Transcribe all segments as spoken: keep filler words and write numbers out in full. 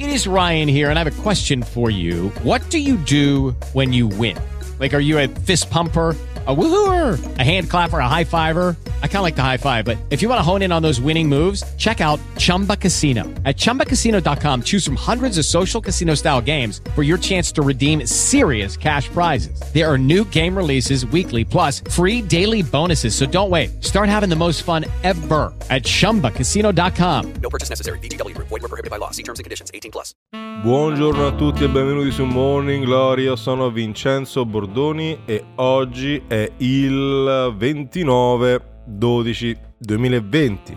It is Ryan here, and I have a question for you. What do you do when you win? Like, are you a fist pumper, a woohooer, a hand clapper, a high fiver? I kind of like the high five, but if you want to hone in on those winning moves, check out Chumba Casino. At chumba casino dot com, choose from hundreds of social casino style games for your chance to redeem serious cash prizes. There are new game releases weekly, plus free daily bonuses. So don't wait. Start having the most fun ever at chumba casino dot com. No purchase necessary. V G W Group. Void where prohibited by law. See terms and conditions. eighteen plus. Buongiorno a tutti e benvenuti su Morning Glory. Io sono Vincenzo Bordoni e oggi è il ventinove dodici duemilaventi.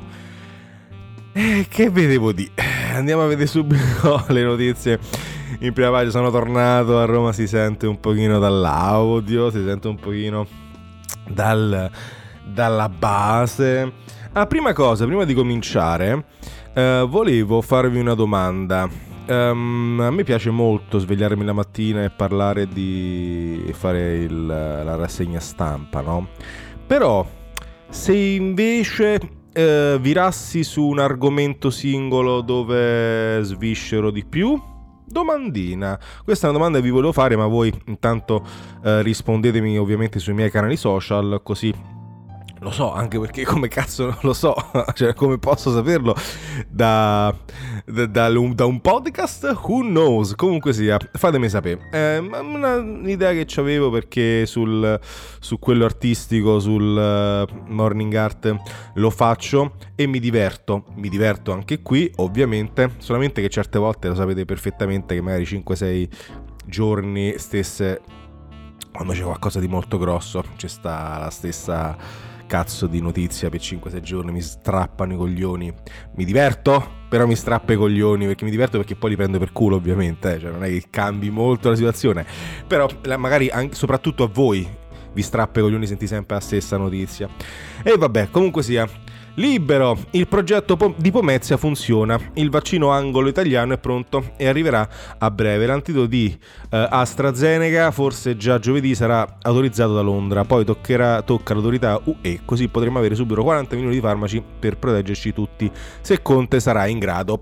Eh, che vedevo di? Andiamo a vedere subito le notizie. In prima pagina: sono tornato a Roma, si sente un pochino dall'audio, si sente un pochino dal, dalla base. Ah, prima cosa, prima di cominciare, eh, volevo farvi una domanda. Um, a me piace molto svegliarmi la mattina e parlare di fare il, la rassegna stampa, no? Però se invece eh, virassi su un argomento singolo dove sviscero di più? Domandina. Questa è una domanda che vi volevo fare, ma voi intanto eh, rispondetemi ovviamente sui miei canali social, così lo so, anche perché come cazzo non lo so, cioè come posso saperlo da, da, da, un, da un podcast? Who knows? Comunque sia, fatemi sapere. È una, un'idea che c'avevo, perché sul, su quello artistico, sul uh, Morning Art lo faccio e mi diverto, mi diverto anche qui ovviamente, solamente che certe volte lo sapete perfettamente che magari cinque sei giorni stesse, quando c'è qualcosa di molto grosso, c'è sta la stessa cazzo di notizia per cinque sei giorni, mi strappano i coglioni. Mi diverto, però mi strappa i coglioni, perché mi diverto perché poi li prendo per culo ovviamente, eh? Cioè non è che cambi molto la situazione, però magari anche, soprattutto a voi vi strappa i coglioni, senti sempre la stessa notizia. E vabbè, comunque sia, libero, il progetto di Pomezia funziona, il vaccino angolo italiano è pronto e arriverà a breve. L'antidoto di eh, AstraZeneca forse già giovedì sarà autorizzato da Londra, poi toccherà, tocca all'autorità U E, così potremo avere subito quaranta milioni di farmaci per proteggerci tutti, se Conte sarà in grado.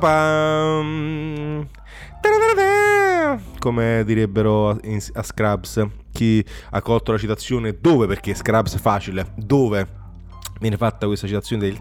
Parapapam, come direbbero a Scrubs. Chi ha colto la citazione dove, perché Scrubs è facile, dove viene fatta questa citazione del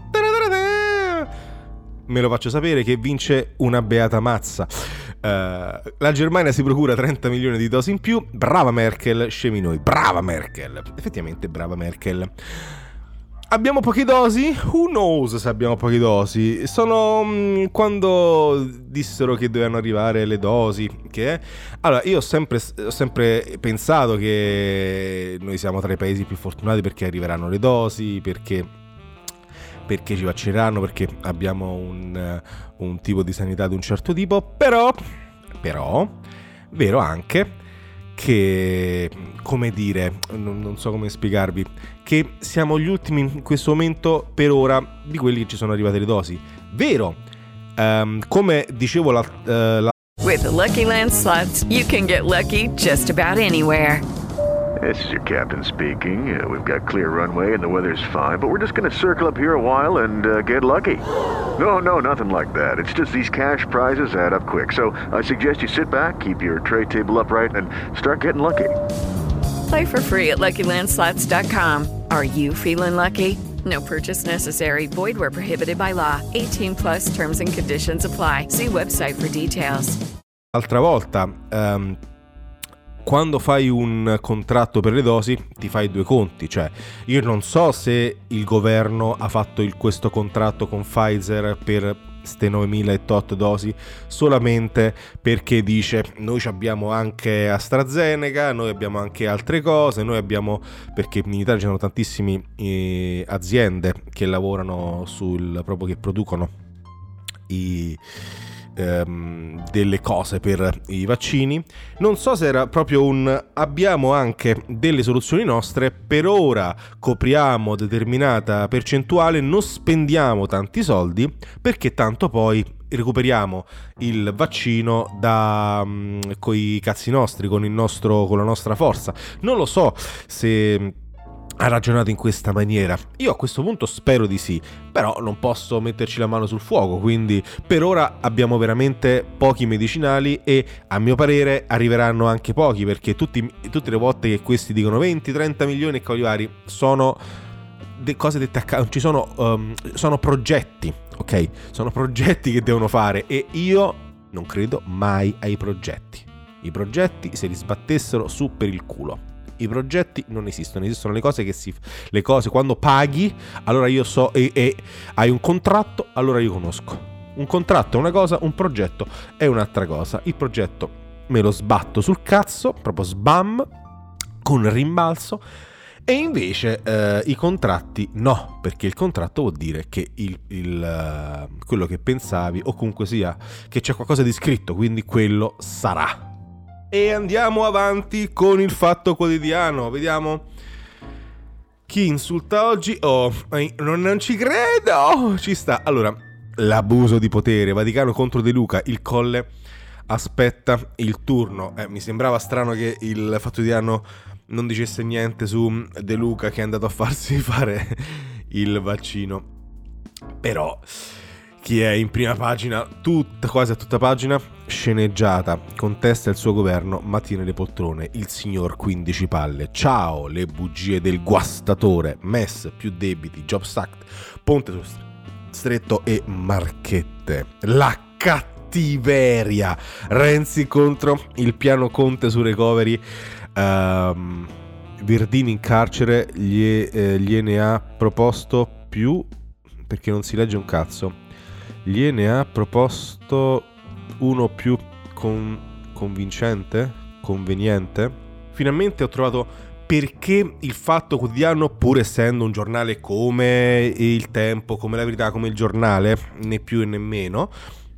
me lo faccio sapere, che vince una beata mazza. Uh, la Germania si procura trenta milioni di dosi in più. Brava Merkel, scemi noi. Brava Merkel, effettivamente brava Merkel. Abbiamo poche dosi? Who knows se abbiamo poche dosi? Sono mh, quando dissero che dovevano arrivare le dosi, che è? Allora, io ho sempre, ho sempre pensato che noi siamo tra i paesi più fortunati, perché arriveranno le dosi, perché, perché ci vaccineranno, perché abbiamo un, un tipo di sanità di un certo tipo. Però, però, vero anche che, come dire, non, non so come spiegarvi, che siamo gli ultimi in questo momento per ora di quelli che ci sono arrivate le dosi. Vero, um, come dicevo la, uh, la... With the Lucky Land Slots, you can get lucky just about anywhere. This is your captain speaking. Uh, we've got clear runway and the weather's fine, but we're just going to circle up here a while and uh, get lucky. No, no, nothing like that. It's just these cash prizes add up quick. So I suggest you sit back, keep your tray table upright, and start getting lucky. Play for free at lucky land slots dot com. Are you feeling lucky? No purchase necessary. Void where prohibited by law. eighteen plus terms and conditions apply. See website for details. Altra volta, um... quando fai un contratto per le dosi ti fai due conti, cioè io non so se il governo ha fatto il, questo contratto con Pfizer per ste novemila e tot dosi solamente perché dice noi abbiamo anche AstraZeneca, noi abbiamo anche altre cose, noi abbiamo, perché in Italia ci sono tantissime eh, aziende che lavorano sul, proprio che producono i delle cose per i vaccini. Non so se era proprio un abbiamo anche delle soluzioni nostre, per ora copriamo determinata percentuale, non spendiamo tanti soldi perché tanto poi recuperiamo il vaccino da um, coi cazzi nostri, con il nostro con la nostra forza. Non lo so se ha ragionato in questa maniera? Io a questo punto spero di sì, però non posso metterci la mano sul fuoco, quindi per ora abbiamo veramente pochi medicinali e a mio parere arriveranno anche pochi, perché tutti, tutte le volte che questi dicono venti trenta milioni e cavoli vari sono de- cose dette a caso, ci sono, um, sono progetti, ok? Sono progetti che devono fare e io non credo mai ai progetti. I progetti se li sbattessero su per il culo. I progetti non esistono, esistono le cose che si le cose quando paghi, allora io so e, e hai un contratto, allora io conosco. Un contratto è una cosa, un progetto è un'altra cosa. Il progetto me lo sbatto sul cazzo, proprio sbam, con rimbalzo, e invece eh, i contratti no, perché il contratto vuol dire che il, il uh, quello che pensavi o comunque sia che c'è qualcosa di scritto, quindi quello sarà. E andiamo avanti con il Fatto Quotidiano. Vediamo chi insulta oggi. Oh, non, non ci credo. Ci sta. Allora, l'abuso di potere. Vaticano contro De Luca. Il Colle aspetta il turno. Eh, mi sembrava strano che il Fatto Quotidiano non dicesse niente su De Luca che è andato a farsi fare il vaccino. Però chi è in prima pagina, tutta, quasi a tutta pagina, sceneggiata, contesta il suo governo, ma tiene le poltrone, il signor quindici palle. Ciao, le bugie del guastatore, M E S, più debiti, Jobs Act, Ponte sullo Stretto e marchette. La cattiveria, Renzi contro il piano Conte su recovery, um, Verdini in carcere, gli, eh, gliene ha proposto più, perché non si legge un cazzo. Gliene ha proposto uno più con, convincente, conveniente. Finalmente ho trovato perché il Fatto Quotidiano, pur essendo un giornale come Il Tempo, come La Verità, come Il Giornale, né più e né meno,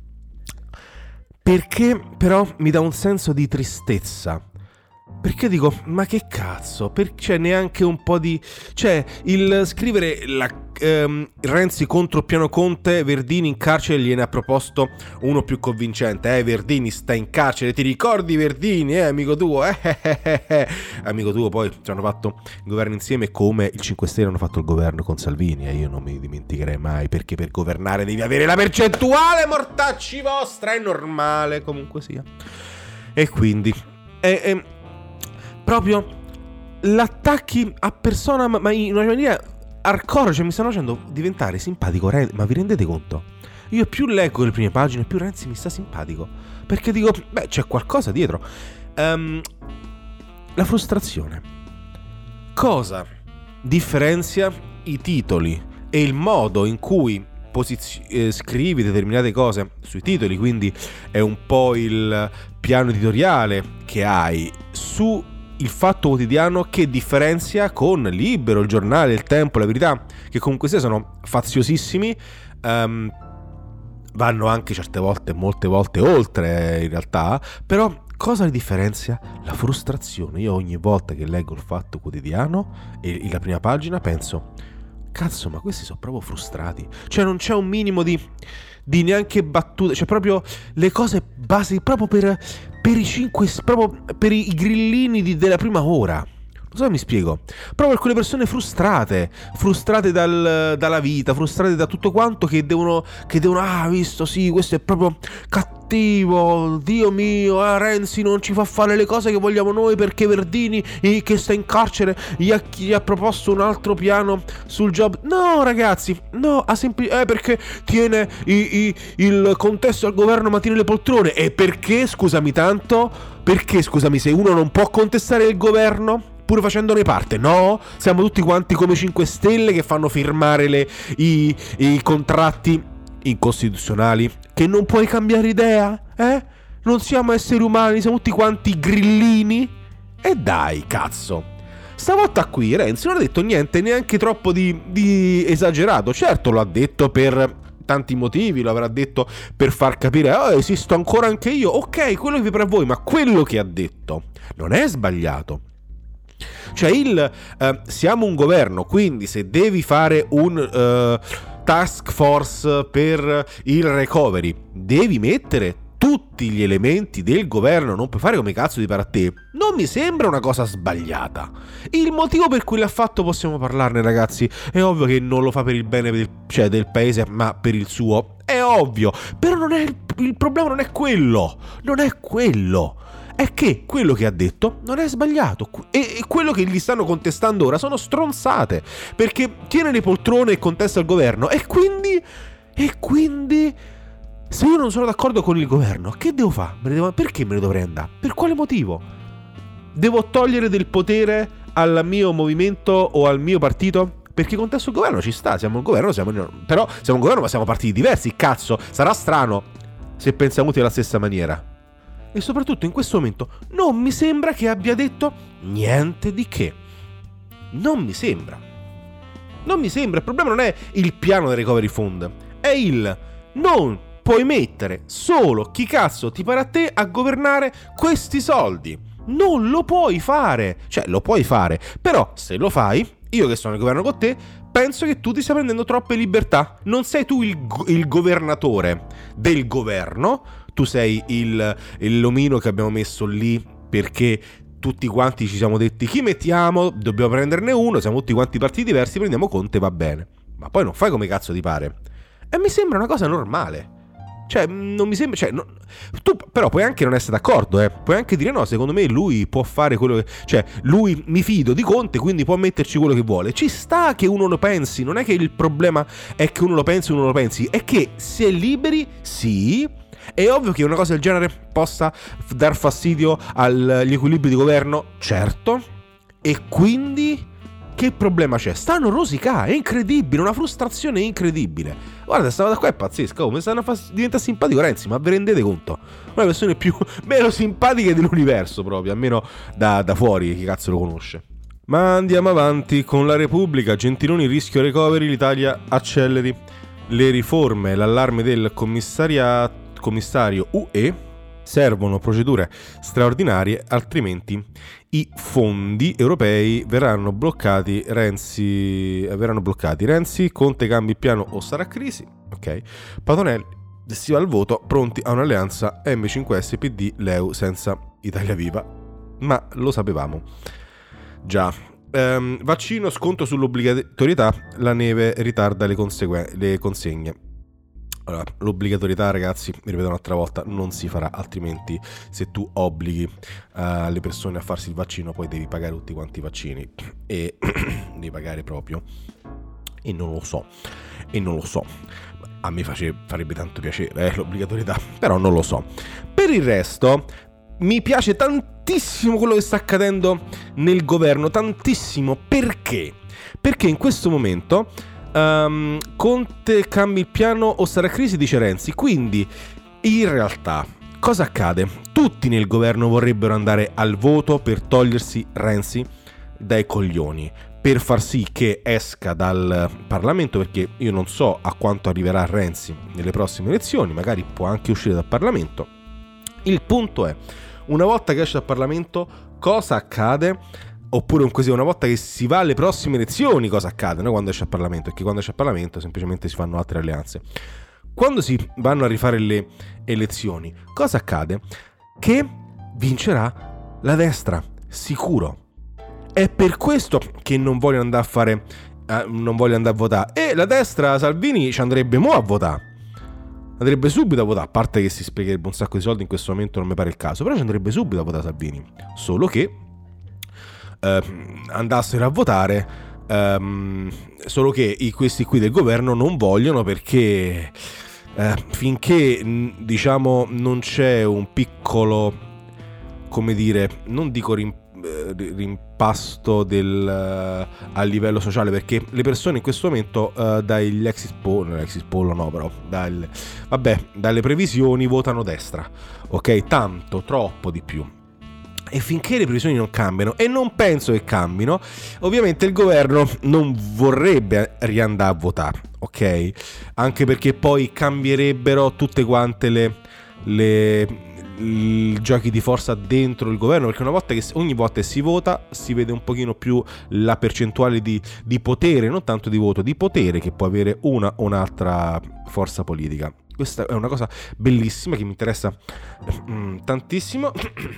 perché però mi dà un senso di tristezza. Perché dico, ma che cazzo? Perché c'è neanche un po' di... Cioè, il scrivere la, ehm, Renzi contro Piano Conte, Verdini in carcere, gliene ha proposto uno più convincente. Eh, Verdini sta in carcere, ti ricordi Verdini, eh, amico tuo? Eh, eh, eh, eh. Amico tuo, poi ci hanno fatto il governo insieme come il cinque Stelle hanno fatto il governo con Salvini. E eh, io non mi dimenticherei mai, perché per governare devi avere la percentuale, mortacci vostra, è normale, comunque sia. E quindi... Eh, eh, proprio l'attacchi a persona, ma in una maniera hardcore, cioè mi stanno facendo diventare simpatico Renzi. Ma vi rendete conto? Io più leggo le prime pagine, più Renzi mi sta simpatico, perché dico, beh, c'è qualcosa dietro. um, La frustrazione. Cosa differenzia i titoli e il modo in cui posiz- eh, scrivi determinate cose sui titoli, quindi è un po' il piano editoriale che hai su Il Fatto Quotidiano, che differenzia con Libero, Il Giornale, Il Tempo, La Verità, che comunque sia sono faziosissimi, um, vanno anche certe volte, molte volte oltre in realtà, però cosa li differenzia? La frustrazione. Io ogni volta che leggo Il Fatto Quotidiano e la prima pagina penso, cazzo, ma questi sono proprio frustrati, cioè non c'è un minimo di, di neanche battute, cioè proprio le cose basi, proprio per... per i cinque, proprio per i grillini di, della prima ora. Non so se mi spiego. Proprio per quelle persone frustrate, frustrate dal, dalla vita, frustrate da tutto quanto, che devono, che devono, ah, visto, sì, questo è proprio cattivo, Dio mio, ah, Renzi non ci fa fare le cose che vogliamo noi perché Verdini, eh, che sta in carcere, gli ha, gli ha proposto un altro piano sul job. No, ragazzi, no, ha sempli- eh, perché tiene i, i, il contesto al governo, ma tiene le poltrone. E perché, scusami tanto, perché, scusami, se uno non può contestare il governo pur facendone parte? No, siamo tutti quanti come cinque Stelle che fanno firmare le, i, i contratti incostituzionali, che non puoi cambiare idea, eh? Non siamo esseri umani, siamo tutti quanti grillini. E dai, cazzo, stavolta qui Renzi non ha detto niente neanche troppo di, di esagerato. Certo, lo ha detto per tanti motivi, lo avrà detto per far capire, oh, esisto ancora anche io. Ok, quello che vi pare a voi, ma quello che ha detto non è sbagliato. Cioè il uh, siamo un governo, quindi se devi fare un uh, task force per il recovery, devi mettere tutti gli elementi del governo, non puoi fare come cazzo ti pare a te, non mi sembra una cosa sbagliata. Il motivo per cui l'ha fatto possiamo parlarne, ragazzi. È ovvio che non lo fa per il bene del, cioè, del paese, ma per il suo, è ovvio. Però non è il, il problema non è quello, non è quello. È che quello che ha detto non è sbagliato, e, e quello che gli stanno contestando ora sono stronzate, perché tiene le poltrone e contesta il governo, e quindi e quindi se io non sono d'accordo con il governo, che devo fare? Me ne devo, perché me ne dovrei andare? Per quale motivo? Devo togliere del potere al mio movimento o al mio partito? Perché contesto il governo, ci sta, siamo un governo, siamo, però siamo un governo ma siamo partiti diversi, cazzo, sarà strano se pensiamo tutti alla stessa maniera. E soprattutto in questo momento non mi sembra che abbia detto niente di che. Non mi sembra. Non mi sembra. Il problema non è il piano del recovery fund, è il non puoi mettere solo chi cazzo ti pare a te a governare questi soldi. Non lo puoi fare. Cioè lo puoi fare, però se lo fai, io che sono il governo con te, penso che tu ti stai prendendo troppe libertà. Non sei tu il, il governatore del governo, tu sei il, il l'omino che abbiamo messo lì perché tutti quanti ci siamo detti chi mettiamo, dobbiamo prenderne uno, siamo tutti quanti partiti diversi, prendiamo Conte, va bene. Ma poi non fai come cazzo ti pare. E mi sembra una cosa normale. Cioè, non mi sembra, cioè, non, tu però puoi anche non essere d'accordo, eh. Puoi anche dire no, secondo me lui può fare quello che, cioè, lui mi fido di Conte, quindi può metterci quello che vuole. Ci sta che uno lo pensi, non è che il problema è che uno lo pensi o uno lo pensi, è che si è liberi, sì. È ovvio che una cosa del genere possa dar fastidio agli equilibri di governo, certo. E quindi che problema c'è? Stanno rosicà, è incredibile, una frustrazione incredibile. Guarda, stava da qua è pazzesca, oh, mi stanno a far diventare simpatico Renzi, ma vi rendete conto? Una delle persone più meno simpatiche dell'universo proprio, almeno da, da fuori, chi cazzo lo conosce. Ma andiamo avanti con la Repubblica. Gentiloni, rischio recovery, l'Italia acceleri le riforme, l'allarme del commissariato commissario U E, servono procedure straordinarie, altrimenti i fondi europei verranno bloccati. Renzi verranno bloccati. Renzi, Conte cambia il piano o sarà crisi. Ok. Patonelli, si va al voto, pronti a un'alleanza M cinque S P D L E U senza Italia Viva. Ma lo sapevamo già. Um, vaccino, sconto sull'obbligatorietà, la neve ritarda le, conseguen- le consegne. Allora, l'obbligatorietà, ragazzi, mi ripeto un'altra volta, non si farà, altrimenti se tu obblighi uh, le persone a farsi il vaccino poi devi pagare tutti quanti i vaccini e devi pagare proprio, e non lo so, e non lo so, a me face, farebbe tanto piacere eh, l'obbligatorietà, però non lo so. Per il resto mi piace tantissimo quello che sta accadendo nel governo, tantissimo, perché? Perché in questo momento Um, Conte cambia il piano o sarà crisi, dice Renzi. Quindi in realtà cosa accade? Tutti nel governo vorrebbero andare al voto per togliersi Renzi dai coglioni, per far sì che esca dal Parlamento, perché io non so a quanto arriverà Renzi nelle prossime elezioni, magari può anche uscire dal Parlamento. Il punto è, una volta che esce dal Parlamento cosa accade? Oppure un così, una volta che si va alle prossime elezioni cosa accade? No? Quando esce al Parlamento, perché quando esce al Parlamento semplicemente si fanno altre alleanze. Quando si vanno a rifare le elezioni, cosa accade? Che vincerà la destra, sicuro. È per questo che non vogliono andare a fare, eh, non vogliono andare a votare. E la destra, Salvini, ci andrebbe mo a votare. Andrebbe subito a votare, a parte che si spiegherebbe un sacco di soldi, in questo momento non mi pare il caso, però ci andrebbe subito a votare Salvini. Solo che Uh, andassero a votare, um, solo che i, questi qui del governo non vogliono, perché uh, finché diciamo non c'è un piccolo, come dire, non dico rim, rimpasto del, uh, a livello sociale, perché le persone in questo momento uh, dagli exit poll, exit poll no però dal, vabbè, dalle previsioni votano destra, ok, tanto, troppo di più. E finché le previsioni non cambiano, e non penso che cambino, ovviamente il governo non vorrebbe riandare a votare, ok? Anche perché poi cambierebbero tutte quante le, le i giochi di forza dentro il governo, perché una volta che ogni volta che si vota si vede un pochino più la percentuale di, di potere, non tanto di voto, di potere che può avere una o un'altra forza politica. questa è una cosa bellissima che mi interessa mm, tantissimo.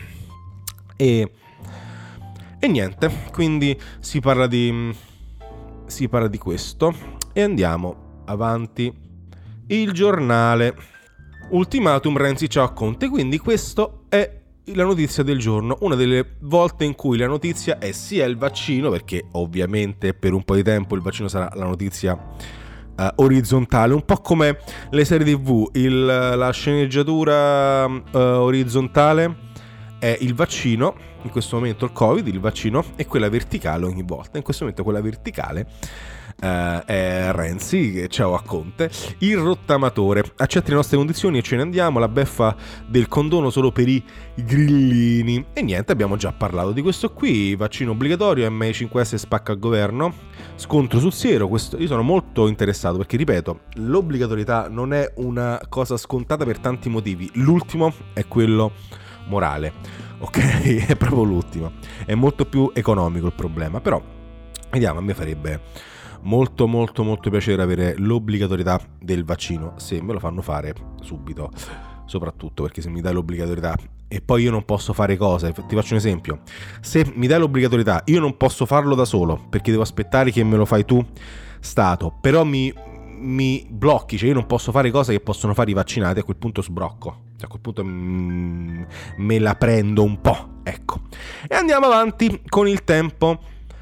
e, e niente, quindi si parla di si parla di questo e andiamo avanti. Il Giornale. Ultimatum Renzi ciao a Conte. Quindi questo è la notizia del giorno, una delle volte in cui la notizia è sia il vaccino, perché ovviamente per un po' di tempo il vaccino sarà la notizia uh, orizzontale, un po' come le serie tv, il, la sceneggiatura uh, orizzontale è il vaccino, in questo momento il Covid, il vaccino, e quella verticale ogni volta. In questo momento quella verticale Uh, è Renzi, ciao a Conte. Il rottamatore. Accetta le nostre condizioni e ce ne andiamo. La beffa del condono solo per i grillini. E niente, abbiamo già parlato di questo qui. Vaccino obbligatorio, M I cinque S spacca il governo. Scontro sul siero. Questo, io sono molto interessato perché, ripeto, l'obbligatorietà non è una cosa scontata per tanti motivi. L'ultimo è quello morale, ok? È proprio l'ultimo. È molto più economico il problema. Però vediamo, a me farebbe molto molto molto piacere avere l'obbligatorietà del vaccino, se me lo fanno fare subito, soprattutto perché se mi dai l'obbligatorietà e poi io non posso fare cose, ti faccio un esempio: se mi dai l'obbligatorietà io non posso farlo da solo perché devo aspettare che me lo fai tu Stato, però mi, mi blocchi, cioè io non posso fare cose che possono fare i vaccinati, a quel punto sbrocco, a quel punto mm, me la prendo un po', ecco. E andiamo avanti con il Tempo.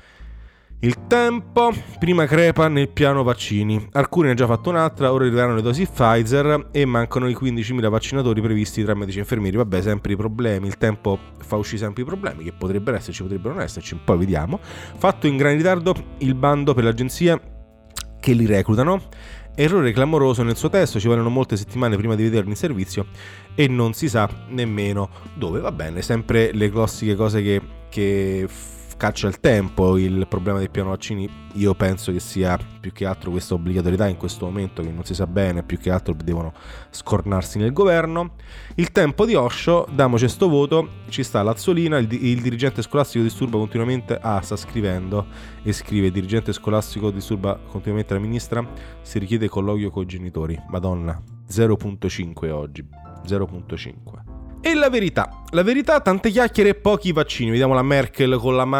Il Tempo, prima crepa nel piano vaccini. Arcuri ne ha già fatto un'altra, ora arriveranno le dosi Pfizer e mancano i quindicimila vaccinatori previsti tra medici e infermieri. Vabbè, sempre i problemi. Il Tempo fa uscire sempre i problemi, che potrebbero esserci, potrebbero non esserci, poi vediamo. Fatto in gran ritardo il bando per l'agenzia che li reclutano. Errore clamoroso nel suo testo, ci vogliono molte settimane prima di vederlo in servizio e non si sa nemmeno dove. Va bene, sempre le classiche cose che... che caccia il tempo. Il problema del piano vaccini io penso che sia più che altro questa obbligatorietà in questo momento che non si sa bene, più che altro devono scornarsi nel governo. Il Tempo di Osho, damoci sto voto, ci sta Lazzolina, il, il dirigente scolastico disturba continuamente, ah sta scrivendo e scrive: il dirigente scolastico disturba continuamente la ministra, si richiede colloquio con i genitori. Madonna, zero virgola cinque oggi, zero virgola cinque. E la verità, la verità, tante chiacchiere e pochi vaccini. Vediamo la Merkel con la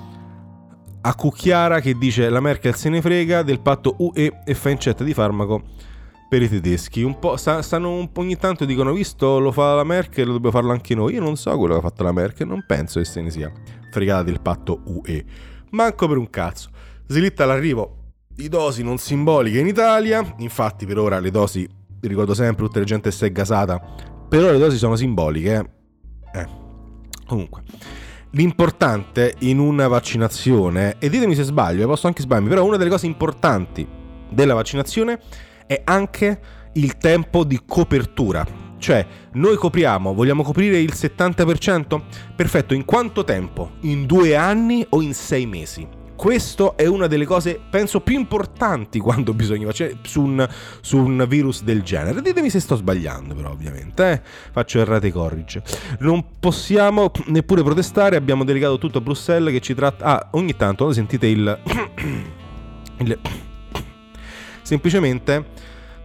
mano a cucchiara che dice: la Merkel se ne frega del patto U E e fa incetta di farmaco per i tedeschi. Un po' stanno un po', ogni tanto dicono: visto lo fa la Merkel, lo dobbiamo farlo anche noi. Io non so quello che ha fatto la Merkel, non penso che se ne sia fregata del patto U E, manco per un cazzo. Slitta l'arrivo di dosi non simboliche in Italia. Infatti per ora le dosi, ricordo sempre, tutta la gente si è gasata, per ora le dosi sono simboliche, eh. eh. Comunque, l'importante in una vaccinazione, e ditemi se sbaglio, posso anche sbagliarmi, però una delle cose importanti della vaccinazione è anche il tempo di copertura. Cioè, noi copriamo, vogliamo coprire il settanta per cento? Perfetto, in quanto tempo? In due anni o in sei mesi? Questo è una delle cose, penso, più importanti quando bisogna vaccinare su un, su un virus del genere. Ditemi se sto sbagliando, però, ovviamente, eh? Faccio errate e corrige. Non possiamo neppure protestare, abbiamo delegato tutto a Bruxelles che ci tratta... Ah, ogni tanto, quando sentite il... il... semplicemente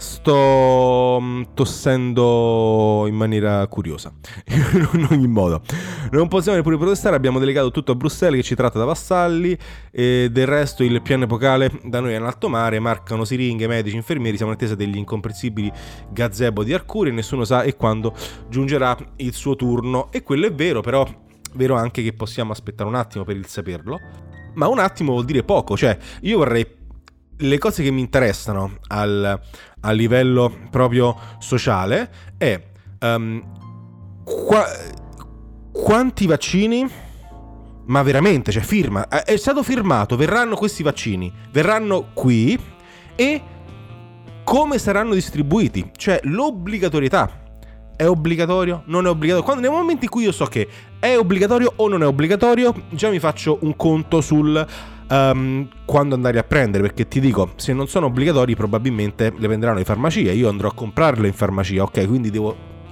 sto tossendo in maniera curiosa. In ogni modo, non possiamo neppure protestare, abbiamo delegato tutto a Bruxelles che ci tratta da vassalli, e del resto il piano epocale da noi è in alto mare, marcano siringhe, medici, infermieri, siamo in attesa degli incomprensibili gazebo di Arcuri e nessuno sa e quando giungerà il suo turno. E quello è vero, però vero anche che possiamo aspettare un attimo per il saperlo, ma un attimo vuol dire poco. Cioè, io vorrei, le cose che mi interessano al, a livello proprio sociale è um, qua, quanti vaccini, ma veramente, cioè firma, è stato firmato, verranno questi vaccini, verranno qui, e come saranno distribuiti, cioè l'obbligatorietà. È obbligatorio? Non è obbligatorio? Quando, nel momento in cui io so che è obbligatorio o non è obbligatorio, già mi faccio un conto sul um, quando andare a prendere, perché ti dico, se non sono obbligatori probabilmente le venderanno in farmacia, io andrò a comprarle in farmacia, ok? Quindi devo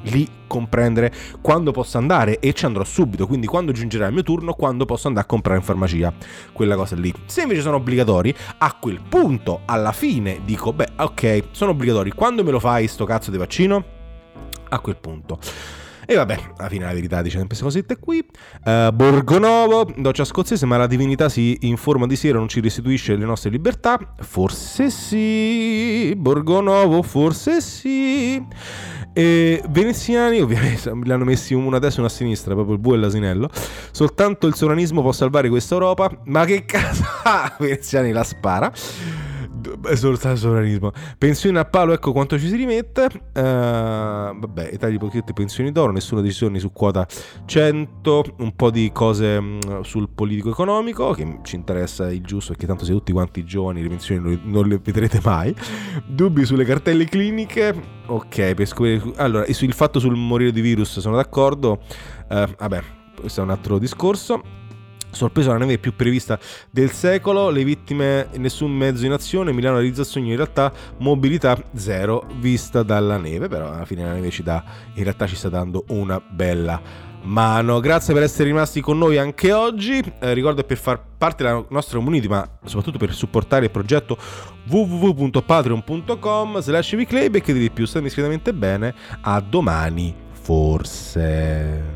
lì comprendere quando posso andare, e ci andrò subito, quindi quando giungerà il mio turno, quando posso andare a comprare in farmacia quella cosa lì. Se invece sono obbligatori, a quel punto alla fine dico beh ok, sono obbligatori, quando me lo fai sto cazzo di vaccino? A quel punto. E vabbè, alla fine la verità dice sempre queste cosette qui. uh, Borgonovo, doccia scozzese, ma la divinità si informa di sera, non ci restituisce le nostre libertà? Forse sì, Borgonovo, forse sì. E veneziani, ovviamente li hanno messi una a destra e una a sinistra, proprio il bue e l'asinello. Soltanto il sovranismo può salvare questa Europa. Ma che cazzo? Ah, veneziani la spara. Soltanto il sovranismo. Pensioni a palo, ecco quanto ci si rimette. uh, Vabbè, età di pochette pensioni d'oro, nessuna decisione su quota cento. Un po' di cose mh, sul politico economico che ci interessa il giusto, perché tanto siete tutti quanti giovani, le pensioni non le, non le vedrete mai. Dubbi sulle cartelle cliniche. Ok, per scoprire. Allora, sul fatto sul morire di virus sono d'accordo. uh, Vabbè, questo è un altro discorso. Sorpresa, la neve più prevista del secolo, le vittime nessun mezzo in azione, Milano realizzazione, in realtà mobilità zero vista dalla neve, però alla fine la neve ci dà, in realtà ci sta dando una bella mano. Grazie per essere rimasti con noi anche oggi. Eh, ricordo, per far parte della nostra community, ma soprattutto per supportare il progetto, w w w punto patreon punto com slash viclub, e che di più, state iscritamente bene, a domani forse.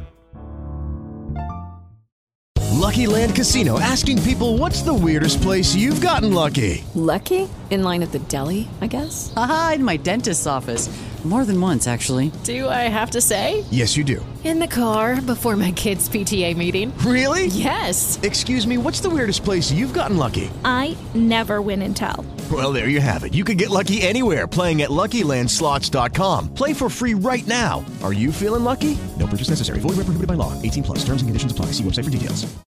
Lucky Land Casino, asking people, what's the weirdest place you've gotten lucky? Lucky? In line at the deli, I guess? Aha, in my dentist's office. More than once, actually. Do I have to say? Yes, you do. In the car before my kids' P T A meeting. Really? Yes. Excuse me, what's the weirdest place you've gotten lucky? I never win and tell. Well, there you have it. You can get lucky anywhere, playing at Lucky Land Slots dot com. Play for free right now. Are you feeling lucky? No purchase necessary. Void where prohibited by law. eighteen plus. Terms and conditions apply. See website for details.